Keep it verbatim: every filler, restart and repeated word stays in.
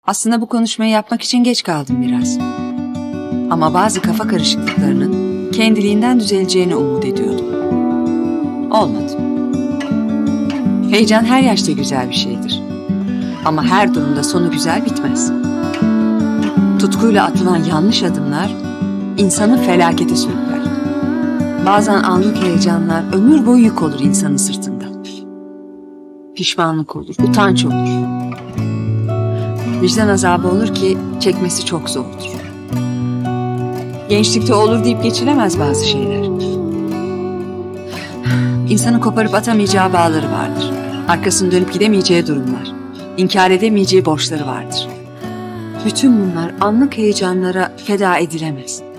Aslında bu konuşmayı yapmak için geç kaldım biraz. Ama bazı kafa karışıklıklarının kendiliğinden düzeleceğini umut ediyordum. Olmadı. Heyecan her yaşta güzel bir şeydir. Ama her durumda sonu güzel bitmez. Tutkuyla atılan yanlış adımlar insanı felakete sürükler. Bazen anlık heyecanlar ömür boyu yük olur insanın sırtında. Pişmanlık olur, utanç olur. Vicdan azabı olur ki çekmesi çok zordur. Gençlikte olur deyip geçilemez bazı şeyler. İnsanın koparıp atamayacağı bağları vardır. Arkasını dönüp gidemeyeceği durumlar. İnkar edemeyeceği borçları vardır. Bütün bunlar anlık heyecanlara feda edilemez.